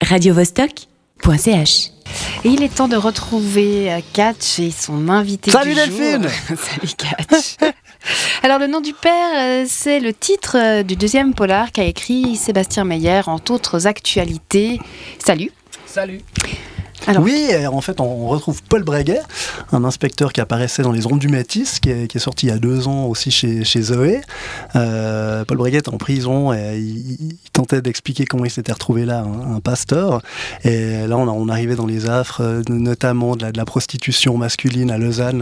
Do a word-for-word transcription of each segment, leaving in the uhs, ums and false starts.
radio vostok point c h. Et il est temps de retrouver Catch et son invité Salut du Delphine. jour. Salut Catch. Alors le nom du père, c'est le titre du deuxième polar qu'a écrit Sébastien Meyer, entre autres actualités. Salut. Salut. Alors, oui, en fait, on retrouve Paul Breguet, un inspecteur qui apparaissait dans Les Ombres du Métis, qui est, qui est sorti il y a deux ans aussi chez, chez Zoé. Euh, Paul Breguet est en prison et il, il tentait d'expliquer comment il s'était retrouvé là, un, un pasteur. Et là, on, on arrivait dans les affres, notamment de la, de la prostitution masculine à Lausanne.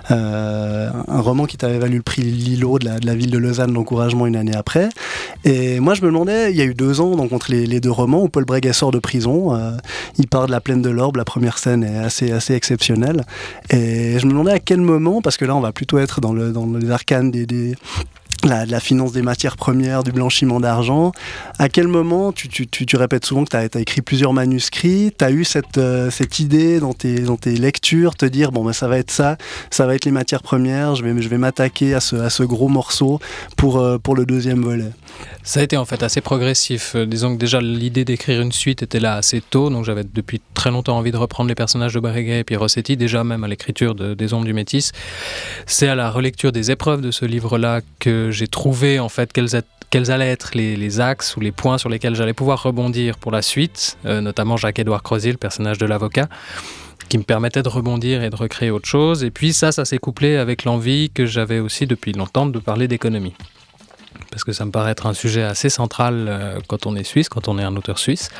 Euh, un roman qui t'avait valu le prix Lilo de la, de la ville de Lausanne, l'encouragement une année après. Et moi, je me demandais, il y a eu deux ans, donc entre les, les deux romans, où Paul Breguet sort de prison, euh, il part de la plaine de l'Orbe. La première scène est assez, assez exceptionnelle. Et je me demandais à quel moment, parce que là, on va plutôt être dans, le, dans les arcanes des... des La, la finance des matières premières, du blanchiment d'argent. À quel moment, tu, tu, tu, tu répètes souvent que tu as écrit plusieurs manuscrits, tu as eu cette, euh, cette idée dans tes, dans tes lectures, te dire, bon, ben, ça va être ça, ça va être les matières premières, je vais, je vais m'attaquer à ce, à ce gros morceau pour, euh, pour le deuxième volet. Ça a été en fait assez progressif. Euh, disons que déjà l'idée d'écrire une suite était là assez tôt, donc j'avais depuis très longtemps envie de reprendre les personnages de Breguet et puis Rossetti, déjà même à l'écriture de, des Ombres du Métis. C'est à la relecture des épreuves de ce livre-là que j'ai trouvé en fait quels, quels allaient être les, les axes ou les points sur lesquels j'allais pouvoir rebondir pour la suite, euh, notamment Jacques-Édouard Crozy, le personnage de l'avocat, qui me permettait de rebondir et de recréer autre chose. Et puis ça, ça s'est couplé avec l'envie que j'avais aussi depuis longtemps de parler d'économie. Parce que ça me paraît être un sujet assez central euh, quand on est suisse, quand on est un auteur suisse,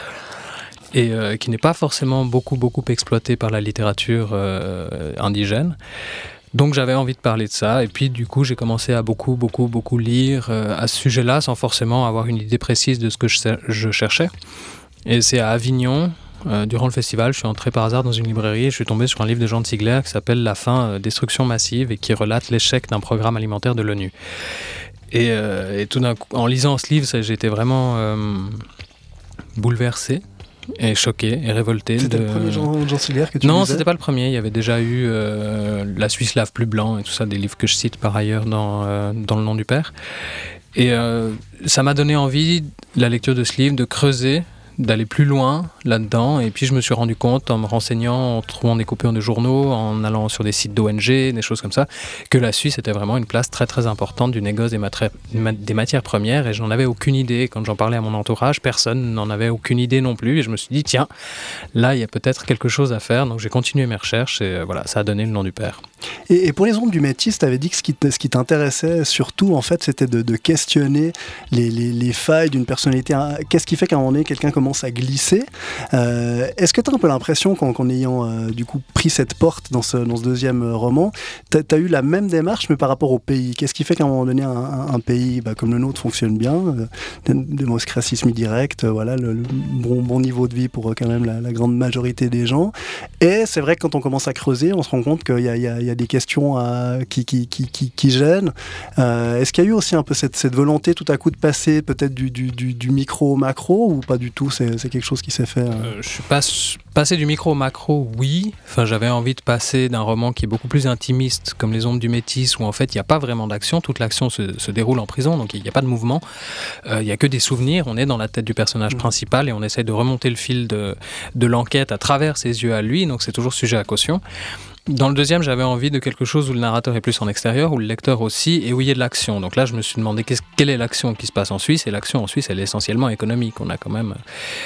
et euh, qui n'est pas forcément beaucoup, beaucoup exploité par la littérature euh, indigène. Donc j'avais envie de parler de ça, et puis du coup j'ai commencé à beaucoup, beaucoup, beaucoup lire euh, à ce sujet-là, sans forcément avoir une idée précise de ce que je, je cherchais. Et c'est à Avignon, euh, durant le festival, je suis entré par hasard dans une librairie et je suis tombé sur un livre de Jean de Sigler qui s'appelle « La faim, euh, destruction massive » et qui relate l'échec d'un programme alimentaire de l'ONU. Et, euh, et tout d'un coup, en lisant ce livre, ça, j'ai été vraiment euh, bouleversé. Et choqué et révolté. C'était de... le premier Jean, Jean Sigler que tu Non, lisais ? c'était pas le premier. Il y avait déjà eu euh, La Suisse lave plus blanc et tout ça, des livres que je cite par ailleurs dans, euh, dans Le nom du père. Et euh, ça m'a donné envie, la lecture de ce livre, de creuser, d'aller plus loin là-dedans. Et puis je me suis rendu compte, en me renseignant, en trouvant des coupures de journaux, en allant sur des sites d'O N G, des choses comme ça, que la Suisse était vraiment une place très très importante du négoce des, matri- des matières premières. Et j'en avais aucune idée. Quand j'en parlais à mon entourage, personne n'en avait aucune idée non plus. Et je me suis dit, tiens, là, il y a peut-être quelque chose à faire. Donc j'ai continué mes recherches et euh, voilà, ça a donné Le nom du père. Et, et pour Les Ombres du Métis, tu avais dit que ce qui, ce qui t'intéressait surtout, en fait, c'était de, de questionner les, les, les failles d'une personnalité. Qu'est-ce qui fait qu'à un moment donné, quelqu'un commence à glisser ? euh, Est-ce que tu as un peu l'impression qu'en, qu'en ayant euh, du coup pris cette porte dans ce, dans ce deuxième roman, tu as eu la même démarche, mais par rapport au pays ? Qu'est-ce qui fait qu'à un moment donné, un, un, un pays bah, comme le nôtre fonctionne bien, euh, démocratie semi-directe, euh, voilà, le, le bon, bon niveau de vie pour euh, quand même la, la grande majorité des gens. Et c'est vrai que quand on commence à creuser, on se rend compte qu'il y a, il y a, il y a des questions à, qui, qui, qui, qui, qui gênent. Euh, est-ce qu'il y a eu aussi un peu cette, cette volonté tout à coup de passer peut-être du, du, du, du micro au macro, ou pas du tout ? C'est, c'est quelque chose qui s'est fait euh... Euh, je suis pas passé du micro au macro, oui. Enfin, j'avais envie de passer d'un roman qui est beaucoup plus intimiste, comme Les Ombres du Métis, où en fait il n'y a pas vraiment d'action. Toute l'action se, se déroule en prison, donc il n'y a pas de mouvement. Euh, il n'y a que des souvenirs. On est dans la tête du personnage mmh. principal et on essaie de remonter le fil de, de l'enquête à travers ses yeux à lui. Donc c'est toujours sujet à caution. Dans le deuxième, j'avais envie de quelque chose où le narrateur est plus en extérieur, où le lecteur aussi, et où il y a de l'action. Donc là, je me suis demandé quelle est l'action qui se passe en Suisse. Et l'action en Suisse, elle est essentiellement économique. On a quand même...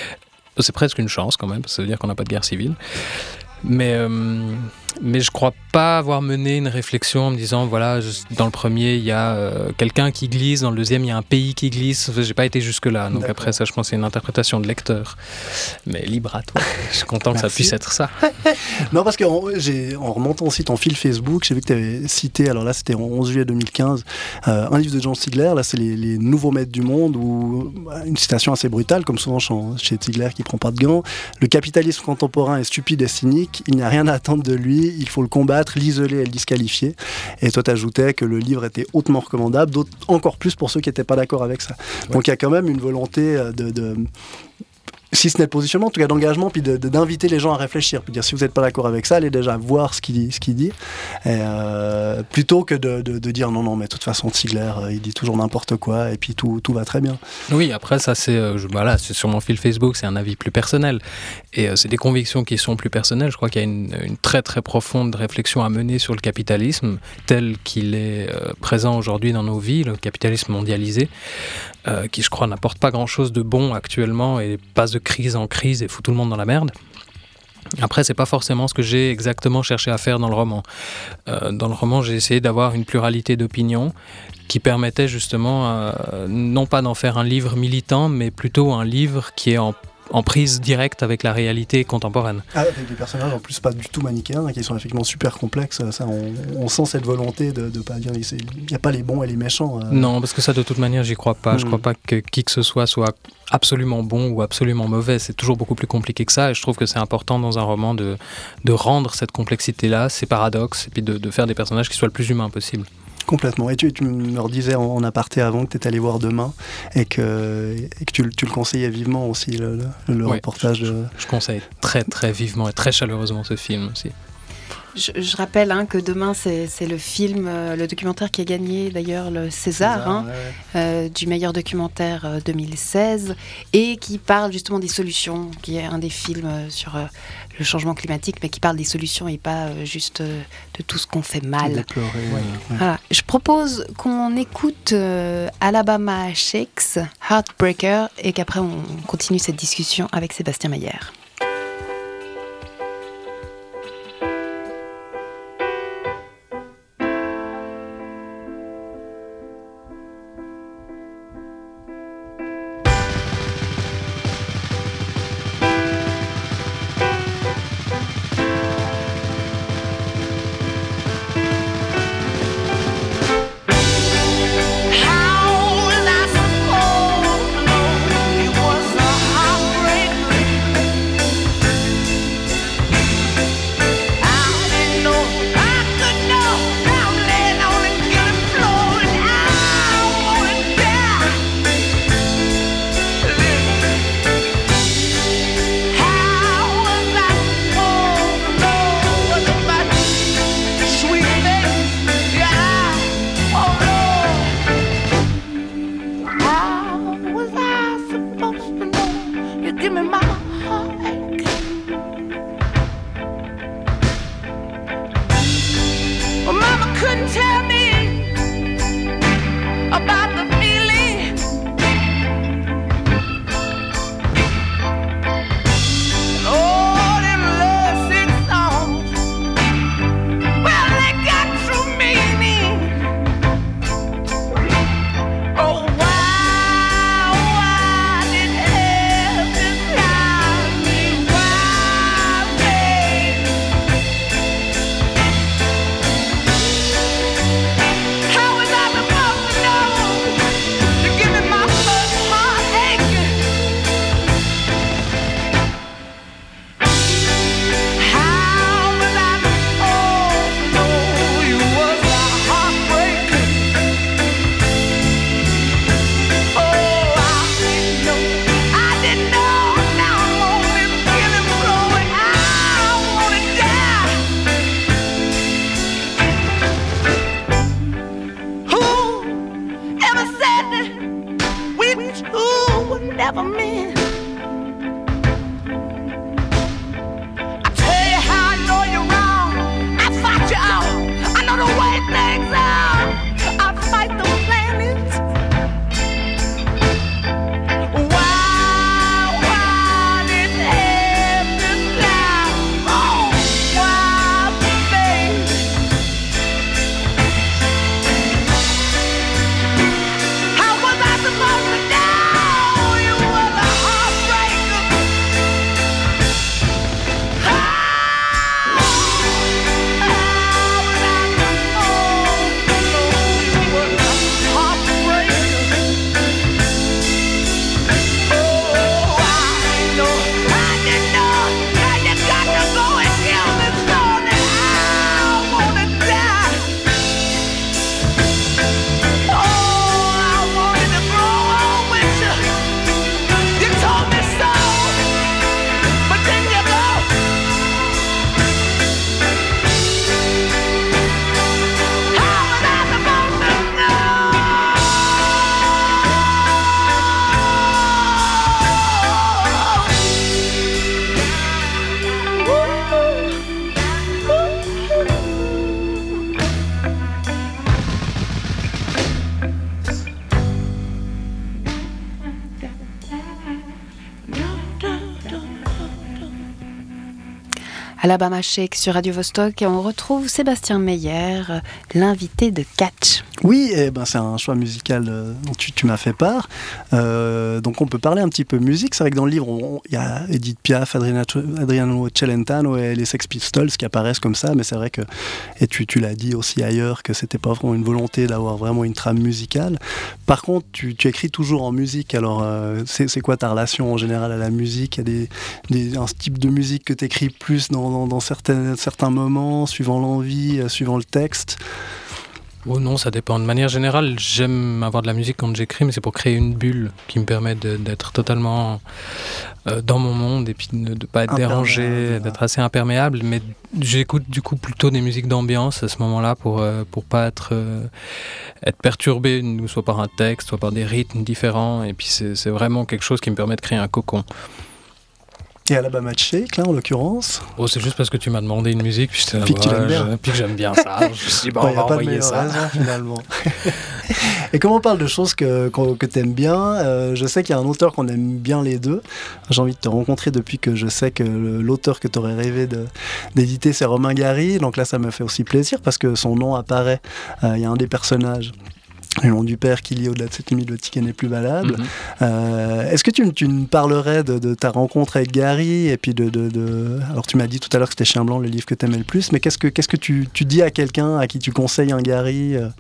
C'est presque une chance quand même, ça veut dire qu'on n'a pas de guerre civile. Mais, euh, mais je ne crois pas avoir mené une réflexion en me disant, voilà, dans le premier, il y a euh, quelqu'un qui glisse, dans le deuxième, il y a un pays qui glisse. Je n'ai pas été jusque-là. Donc D'accord. Après ça, je pense que c'est une interprétation de lecteur. Mais libre à toi. Je suis content Merci. Que ça puisse être ça. Non, parce qu'en en remontant aussi ton fil Facebook, j'ai vu que tu avais cité, alors là, c'était en onze juillet deux mille quinze, euh, un livre de Jean Sigler, là, c'est les, les nouveaux maîtres du monde, où une citation assez brutale, comme souvent chez Sigler qui ne prend pas de gants. Le capitalisme contemporain est stupide et cynique. Il n'y a rien à attendre de lui. Il faut le combattre, l'isoler et le disqualifier. Et toi, tu ajoutais que le livre était hautement recommandable, encore plus pour ceux qui n'étaient pas d'accord avec ça. Ouais. Donc, il y a quand même une volonté de... de si ce n'est le positionnement, en tout cas d'engagement, puis de, de, d'inviter les gens à réfléchir, puis dire si vous n'êtes pas d'accord avec ça, allez déjà voir ce qu'il dit, ce qu'il dit et, euh, plutôt que de, de, de dire non, non, mais de toute façon, Ziegler, il dit toujours n'importe quoi, et puis tout, tout va très bien. Oui, après, ça, c'est, euh, je, voilà, c'est sur mon fil Facebook, c'est un avis plus personnel, et euh, c'est des convictions qui sont plus personnelles. Je crois qu'il y a une, une très, très profonde réflexion à mener sur le capitalisme, tel qu'il est euh, présent aujourd'hui dans nos vies, le capitalisme mondialisé, euh, qui, je crois, n'apporte pas grand-chose de bon actuellement, et passe de crise en crise et fout tout le monde dans la merde. Après, c'est pas forcément ce que j'ai exactement cherché à faire dans le roman. Euh, dans le roman, j'ai essayé d'avoir une pluralité d'opinions qui permettait justement, euh, non pas d'en faire un livre militant, mais plutôt un livre qui est en en prise directe avec la réalité contemporaine. Ah, avec des personnages en plus pas du tout manichéens, hein, qui sont effectivement super complexes. Ça, on, on sent cette volonté de ne pas dire il n'y a pas les bons et les méchants. Euh. Non, parce que ça, de toute manière, j'y crois pas. Mmh. Je crois pas que qui que ce soit soit absolument bon ou absolument mauvais. C'est toujours beaucoup plus compliqué que ça, et je trouve que c'est important dans un roman de, de rendre cette complexité-là, ces paradoxes, et puis de, de faire des personnages qui soient le plus humains possible. Complètement. Et tu, tu me redisais en, en aparté avant que tu étais allé voir Demain et que, et que tu, tu le conseillais vivement aussi, le, le, le oui, reportage. Je, de... je conseille très très vivement et très chaleureusement ce film aussi. Je, je rappelle hein, que Demain, c'est, c'est le film, euh, le documentaire qui a gagné d'ailleurs le César, César hein, ouais, ouais. Euh, du meilleur documentaire euh, deux mille seize, et qui parle justement des solutions, qui est un des films euh, sur euh, le changement climatique, mais qui parle des solutions et pas euh, juste euh, de tout ce qu'on fait mal. Déplorer, ouais, ouais. Voilà. Je propose qu'on écoute euh, Alabama Shakes, Heartbreaker, et qu'après on continue cette discussion avec Sébastien Meyer. Why did heaven fly me? Alabama Shake sur Radio Vostok et on retrouve Sébastien Meyer, l'invité de Catch. Oui, eh ben, c'est un choix musical euh, dont tu, tu m'as fait part. Euh, donc on peut parler un petit peu musique. C'est vrai que dans le livre, il y a Edith Piaf, Adriana, Adriano Celentano et les Sex Pistols qui apparaissent comme ça, mais c'est vrai que, et tu, tu l'as dit aussi ailleurs, que c'était pas vraiment une volonté d'avoir vraiment une trame musicale. Par contre, tu, tu écris toujours en musique. Alors, euh, c'est, c'est quoi ta relation en général à la musique ? Il y a des, des, un type de musique que tu écris plus dans Dans, dans certains, certains moments, suivant l'envie, euh, suivant le texte? Oh non, ça dépend. De manière générale, j'aime avoir de la musique quand j'écris, mais c'est pour créer une bulle qui me permet de, d'être totalement euh, dans mon monde et puis de ne pas être dérangé, d'être assez imperméable. Mais j'écoute du coup plutôt des musiques d'ambiance à ce moment-là pour euh, pour pas être euh, être perturbé, soit par un texte, soit par des rythmes différents. Et puis c'est, c'est vraiment quelque chose qui me permet de créer un cocon. Et Alabama Shake, là, en l'occurrence. Oh, c'est juste parce que tu m'as demandé une musique, puis, puis, que, tu l'aimes bien. Je, puis que j'aime bien ça. Je me suis dit, bah, on va envoyer ça. Raison, finalement. Et comme on parle de choses que, que, que tu aimes bien, euh, je sais qu'il y a un auteur qu'on aime bien les deux. J'ai envie de te rencontrer depuis que je sais que l'auteur que tu aurais rêvé de, d'éditer, c'est Romain Gary. Donc là, ça me fait aussi plaisir parce que son nom apparaît. Il euh, y a un des personnages. Le nom du père qui lit au-delà de cette limite, le ticket n'est plus valable. Mm-hmm. Euh, est-ce que tu, tu me parlerais de, de ta rencontre avec Gary et puis de, de, de... Alors tu m'as dit tout à l'heure que c'était Chien Blanc, le livre que tu aimais le plus, mais qu'est-ce que, qu'est-ce que tu, tu dis à quelqu'un à qui tu conseilles un Gary euh...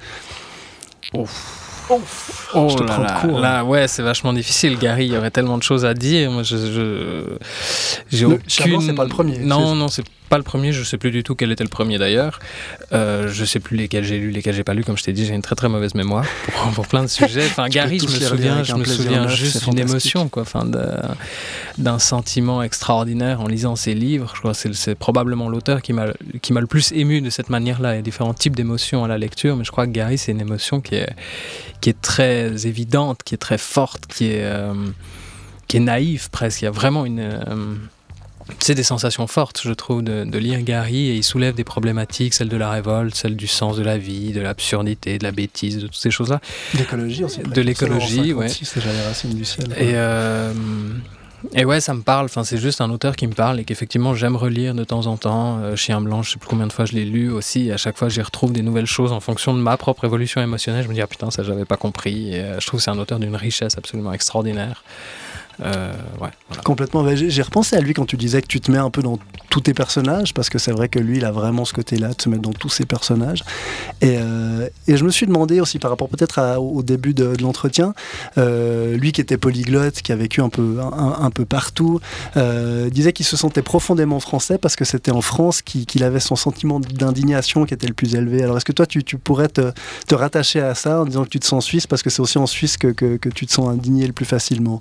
Ouf. Ouf. Oh je te là, là, court, là, hein. Ouais, c'est vachement difficile. Gary, il y aurait tellement de choses à dire. Moi, je, je, j'ai le, aucune... Chien Blanc, c'est pas le premier. Non, c'est... non, c'est pas le premier. Je sais plus du tout quel était le premier d'ailleurs. Euh, je sais plus lesquels j'ai lu, lesquels j'ai pas lu. Comme je t'ai dit, j'ai une très très mauvaise mémoire pour, pour plein de sujets. Enfin, Gary, je me souviens, je me souviens neuf, juste d'une émotion, quoi. Enfin, de, d'un sentiment extraordinaire en lisant ses livres. Je crois que c'est, c'est probablement l'auteur qui m'a qui m'a le plus ému de cette manière-là. Il y a différents types d'émotions à la lecture, mais je crois que Gary, c'est une émotion qui est qui est très évidente, qui est très forte, qui est euh, qui est naïve presque. Il y a vraiment une euh, c'est des sensations fortes, je trouve, de, de lire Gary, et il soulève des problématiques, celle de la révolte, celle du sens de la vie, de l'absurdité, de la bêtise, de toutes ces choses-là. L'écologie aussi. De l'écologie, oui. C'est les racines du ciel. Et, euh, et ouais, ça me parle, enfin, c'est juste un auteur qui me parle et qu'effectivement j'aime relire de temps en temps. Euh, Chien Blanc, je sais plus combien de fois je l'ai lu aussi, et à chaque fois j'y retrouve des nouvelles choses en fonction de ma propre évolution émotionnelle. Je me dis, ah putain, ça j'avais pas compris. Et, euh, je trouve que c'est un auteur d'une richesse absolument extraordinaire. Euh, ouais, voilà. Complètement. J'ai, j'ai repensé à lui quand tu disais que tu te mets un peu dans tous tes personnages, parce que c'est vrai que lui, il a vraiment ce côté-là de se mettre dans tous ses personnages. Et, euh, et je me suis demandé aussi, par rapport peut-être à, au début de, de l'entretien, euh, lui qui était polyglotte, qui a vécu un peu, un, un peu partout, euh, disait qu'il se sentait profondément français parce que c'était en France qu'il, qu'il avait son sentiment d'indignation qui était le plus élevé. Alors est-ce que toi, tu, tu pourrais te, te rattacher à ça en disant que tu te sens suisse, parce que c'est aussi en Suisse que, que, que tu te sens indigné le plus facilement?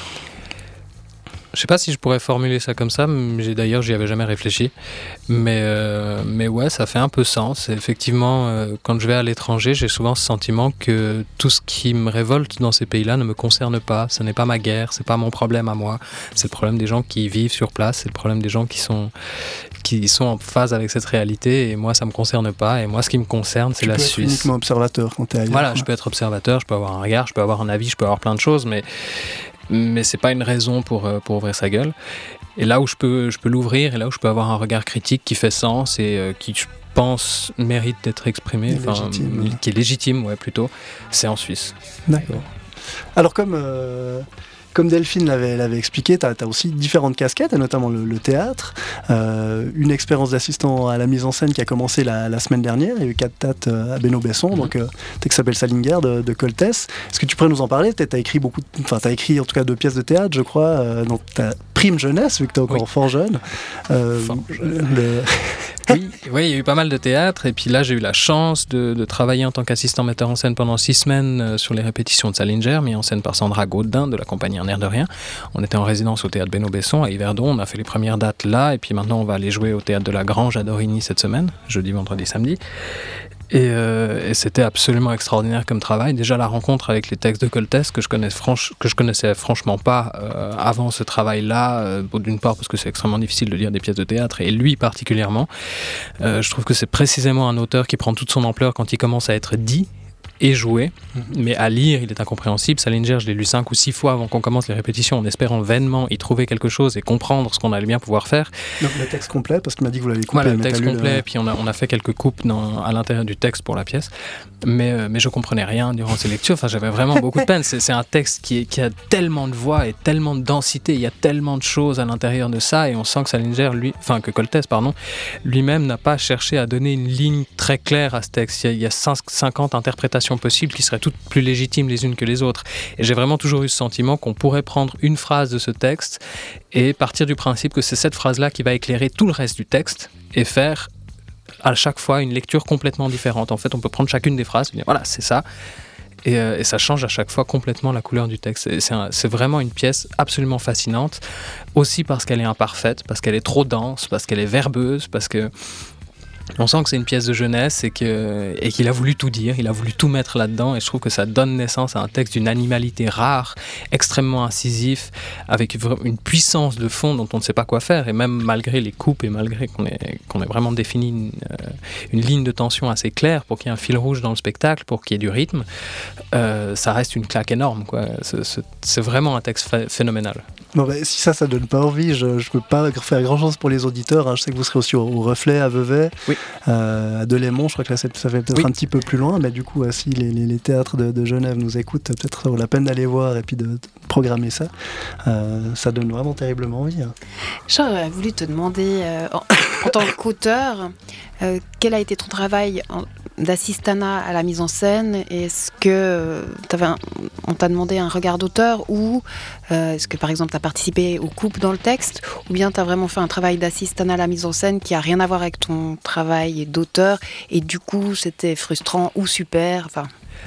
Je sais pas si je pourrais formuler ça comme ça, mais j'ai, d'ailleurs j'y avais jamais réfléchi, mais, euh, mais ouais, ça fait un peu sens. Et effectivement, euh, quand je vais à l'étranger, j'ai souvent ce sentiment que tout ce qui me révolte dans ces pays-là ne me concerne pas. Ce n'est pas ma guerre, c'est pas mon problème à moi, c'est le problème des gens qui vivent sur place, c'est le problème des gens qui sont, qui sont en phase avec cette réalité, et moi ça me concerne pas. Et moi ce qui me concerne, c'est tu la peux Suisse. Être uniquement observateur quand tu es ailleurs. Voilà, je peux être observateur, je peux avoir un regard, je peux avoir un avis, je peux avoir plein de choses, mais mais c'est pas une raison pour, pour ouvrir sa gueule. Et là où je peux, je peux l'ouvrir, et là où je peux avoir un regard critique qui fait sens et euh, qui, je pense, mérite d'être exprimé, légitime, euh, qui est légitime, ouais, plutôt, c'est en Suisse. D'accord. Alors comme... Euh... Comme Delphine l'avait, l'avait expliqué, tu as aussi différentes casquettes, et notamment le, le théâtre. Euh, une expérience d'assistant à la mise en scène qui a commencé la, la semaine dernière. Il y a eu quatre dates à Beno-Besson, mm-hmm. donc euh, texte s'appelle Salinger de, de Coltès. Est-ce que tu pourrais nous en parler? Tu as écrit beaucoup, enfin tu as écrit en tout cas deux pièces de théâtre, je crois, euh, dans ta prime jeunesse, vu que tu es encore oui. fort jeune. Euh, fort jeune. Le... oui, oui, il y a eu pas mal de théâtre, et puis là j'ai eu la chance de, de travailler en tant qu'assistant metteur en scène pendant six semaines euh, sur les répétitions de Salinger, mis en scène par Sandra Gaudin de la compagnie Un air de rien. On était en résidence au théâtre Beno-Besson à Yverdon, on a fait les premières dates là, et puis maintenant on va aller jouer au théâtre de la Grange à Dorigny cette semaine, jeudi, vendredi, samedi. Et, euh, et c'était absolument extraordinaire comme travail. Déjà la rencontre avec les textes de Coltès que je connais franch- que je connaissais franchement pas euh, avant ce travail-là, euh, d'une part parce que c'est extrêmement difficile de lire des pièces de théâtre, et lui particulièrement. Euh, je trouve que c'est précisément un auteur qui prend toute son ampleur quand il commence à être dit. et jouer, mais à lire, il est incompréhensible. Salinger, je l'ai lu cinq ou six fois avant qu'on commence les répétitions, en espérant vainement y trouver quelque chose et comprendre ce qu'on allait bien pouvoir faire. Donc le texte complet, parce que tu m'as dit que vous l'avez coupé. Voilà, le texte complet, le... puis on a, on a fait quelques coupes dans, à l'intérieur du texte pour la pièce, mais, euh, mais je comprenais rien durant ces lectures, enfin, j'avais vraiment beaucoup de peine. C'est, c'est un texte qui, est, qui a tellement de voix et tellement de densité, il y a tellement de choses à l'intérieur de ça, et on sent que Salinger, lui, enfin que Koltès, pardon, lui-même n'a pas cherché à donner une ligne très claire à ce texte. Il y a, il y a cinquante interprétations possibles qui seraient toutes plus légitimes les unes que les autres. Et j'ai vraiment toujours eu ce sentiment qu'on pourrait prendre une phrase de ce texte et partir du principe que c'est cette phrase-là qui va éclairer tout le reste du texte et faire à chaque fois une lecture complètement différente. En fait, on peut prendre chacune des phrases et dire voilà, c'est ça. Et, euh, et ça change à chaque fois complètement la couleur du texte. Et c'est, un, c'est vraiment une pièce absolument fascinante, aussi parce qu'elle est imparfaite, parce qu'elle est trop dense, parce qu'elle est verbeuse, parce que on sent que c'est une pièce de jeunesse et, que, et qu'il a voulu tout dire, il a voulu tout mettre là-dedans, et je trouve que ça donne naissance à un texte d'une animalité rare, extrêmement incisif, avec une puissance de fond dont on ne sait pas quoi faire, et même malgré les coupes et malgré qu'on ait, qu'on ait vraiment défini une, euh, une ligne de tension assez claire pour qu'il y ait un fil rouge dans le spectacle, pour qu'il y ait du rythme, euh, ça reste une claque énorme, quoi. C'est, c'est, c'est vraiment un texte ph- phénoménal. Bon, bah, si ça, ça donne pas envie, je ne peux pas faire grand-chose pour les auditeurs. Hein. Je sais que vous serez aussi au, au Reflet, à Vevey, oui. euh, à Delémont. Je crois que là, ça fait peut-être oui. un petit peu plus loin. Mais du coup, euh, si les, les, les théâtres de, de Genève nous écoutent, peut-être ça vaut la peine d'aller voir et puis de, de programmer ça. Euh, ça donne vraiment terriblement envie. Hein. J'aurais voulu te demander, euh, en, en tant qu'auteur, euh, quel a été ton travail en, d'assistanat à la mise en scène? Est-ce que euh, t'avais un, on t'a demandé un regard d'auteur, ou euh, est-ce que par exemple tu as participé aux coupes dans le texte, ou bien tu as vraiment fait un travail d'assistanat à la mise en scène qui a rien à voir avec ton travail d'auteur et du coup c'était frustrant ou super, enfin...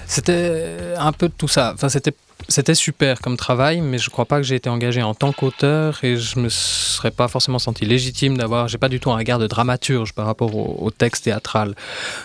C'était un peu de tout ça. Enfin, c'était C'était super comme travail, mais je ne crois pas que j'ai été engagé en tant qu'auteur et je ne me serais pas forcément senti légitime d'avoir... J'ai pas du tout un regard de dramaturge par rapport au, au texte théâtral.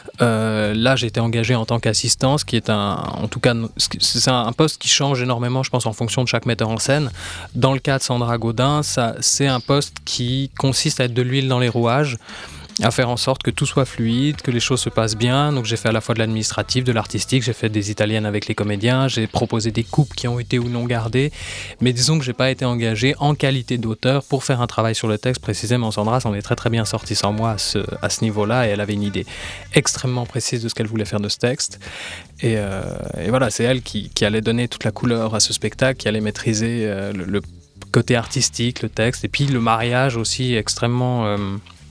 Euh, là, j'ai été engagé en tant qu'assistant, ce qui est un... En tout cas, c'est un poste qui change énormément, je pense, en fonction de chaque metteur en scène. Dans le cas de Sandra Gaudin, ça, c'est un poste qui consiste à être de l'huile dans les rouages, à faire en sorte que tout soit fluide, que les choses se passent bien. Donc j'ai fait à la fois de l'administratif, de l'artistique, j'ai fait des italiennes avec les comédiens, j'ai proposé des coupes qui ont été ou non gardées, mais disons que j'ai pas été engagé en qualité d'auteur pour faire un travail sur le texte précisément. Sandra s'en est très très bien sortie sans moi à ce, à ce niveau-là, et elle avait une idée extrêmement précise de ce qu'elle voulait faire de ce texte. Et, euh, et voilà, c'est elle qui, qui allait donner toute la couleur à ce spectacle, qui allait maîtriser euh, le, le côté artistique, le texte, et puis le mariage aussi extrêmement... Euh,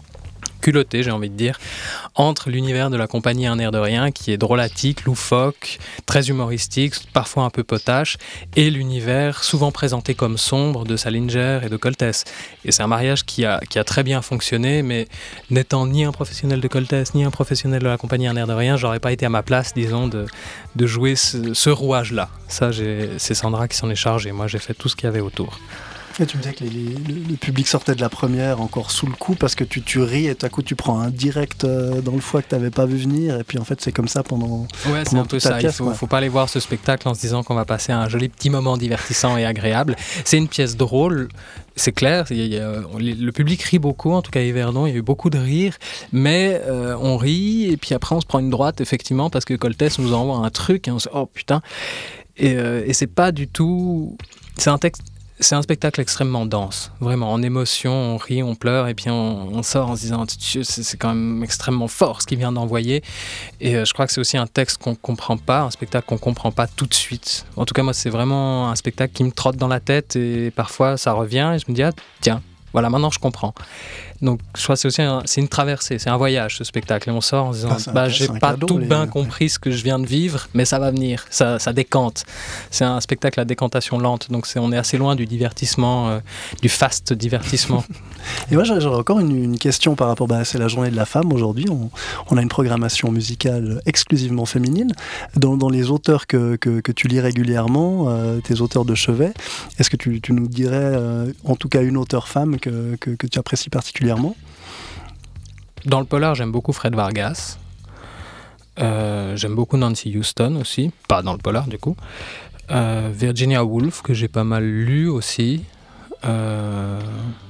culotté, j'ai envie de dire, entre l'univers de la compagnie Un air de rien, qui est drôlatique, loufoque, très humoristique, parfois un peu potache, et l'univers souvent présenté comme sombre de Salinger et de Koltès. Et c'est un mariage qui a, qui a très bien fonctionné, mais n'étant ni un professionnel de Koltès, ni un professionnel de la compagnie Un air de rien, j'aurais pas été à ma place, disons, de, de jouer ce, ce rouage-là. Ça, j'ai, c'est Sandra qui s'en est chargée. Moi, j'ai fait tout ce qu'il y avait autour. Et tu me disais que les, les, le public sortait de la première encore sous le coup parce que tu, tu ris et tout à coup tu prends un direct dans le foie que tu n'avais pas vu venir, et puis en fait c'est comme ça pendant, ouais, pendant c'est un peu ça. Pièce, il ne faut, faut pas aller voir ce spectacle en se disant qu'on va passer un joli petit moment divertissant et agréable. C'est une pièce drôle, c'est clair, il y a, le public rit beaucoup, en tout cas à Yverdon, il y a eu beaucoup de rires, mais euh, on rit et puis après on se prend une droite effectivement parce que Koltès nous envoie un truc et on se dit oh putain, et, euh, et c'est pas du tout... C'est un texte... C'est un spectacle extrêmement dense, vraiment, en émotion, on rit, on pleure, et puis on, on sort en se disant c'est, c'est quand même extrêmement fort ce qu'il vient d'envoyer. Et euh, je crois que c'est aussi un texte qu'on ne comprend pas, un spectacle qu'on ne comprend pas tout de suite. En tout cas, moi, c'est vraiment un spectacle qui me trotte dans la tête, et parfois ça revient, et je me dis ah, tiens, voilà, maintenant je comprends. Donc je crois que c'est aussi un, c'est une traversée, c'est un voyage ce spectacle, et on sort en se disant ah, bah, j'ai pas cadeau, tout les... bien compris ce que je viens de vivre, mais ça va venir, ça, ça décante. C'est un spectacle à décantation lente, donc c'est, on est assez loin du divertissement, euh, du fast divertissement. Et moi j'aurais encore une, une question par rapport, bah, c'est la journée de la femme aujourd'hui, on, on a une programmation musicale exclusivement féminine. Dans, dans les auteurs que, que, que tu lis régulièrement, euh, tes auteurs de chevet, est-ce que tu, tu nous dirais euh, en tout cas une auteure femme que, que, que tu apprécies particulièrement? Dans le polar, j'aime beaucoup Fred Vargas. Euh, j'aime beaucoup Nancy Houston aussi, pas dans le polar du coup. Euh, Virginia Woolf, que j'ai pas mal lu aussi. Euh,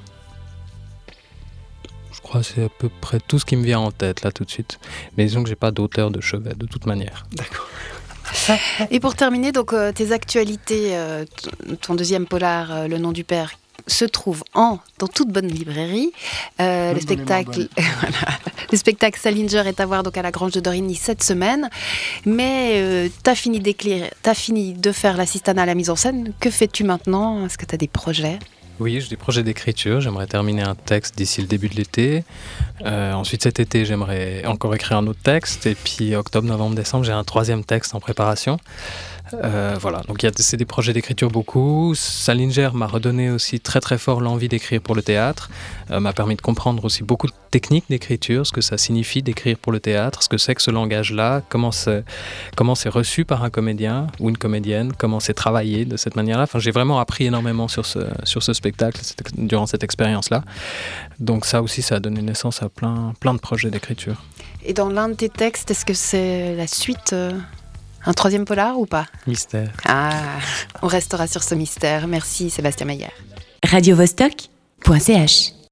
je crois que c'est à peu près tout ce qui me vient en tête là tout de suite. Mais disons que j'ai pas d'auteur de chevet de toute manière. D'accord. Et pour terminer, donc euh, tes actualités, euh, t- ton deuxième polar, euh, Le nom du père, se trouve en dans toute bonne librairie. Euh, le spectacle, voilà, le spectacle Salinger est à voir donc à la Grange de Dorigny cette semaine. Mais euh, t'as fini d'écrire, t'as fini de faire l'assistanat à la mise en scène. Que fais-tu maintenant ? Est-ce que t'as des projets ? Oui, j'ai des projets d'écriture. J'aimerais terminer un texte d'ici le début de l'été. Euh, ensuite, cet été, j'aimerais encore écrire un autre texte. Et puis, octobre, novembre, décembre, j'ai un troisième texte en préparation. Euh, voilà, donc y a, c'est des projets d'écriture beaucoup. Salinger m'a redonné aussi très très fort l'envie d'écrire pour le théâtre, euh, m'a permis de comprendre aussi beaucoup de techniques d'écriture, ce que ça signifie d'écrire pour le théâtre, ce que c'est que ce langage-là, comment c'est, comment c'est reçu par un comédien ou une comédienne, comment c'est travaillé de cette manière-là. Enfin, j'ai vraiment appris énormément sur ce, sur ce spectacle cette, durant cette expérience-là. Donc ça aussi, ça a donné naissance à plein, plein de projets d'écriture. Et dans l'un de tes textes, est-ce que c'est la suite euh... Un troisième polar ou pas ? Mystère. Ah, on restera sur ce mystère. Merci Sébastien Mayer. radio vostok point c h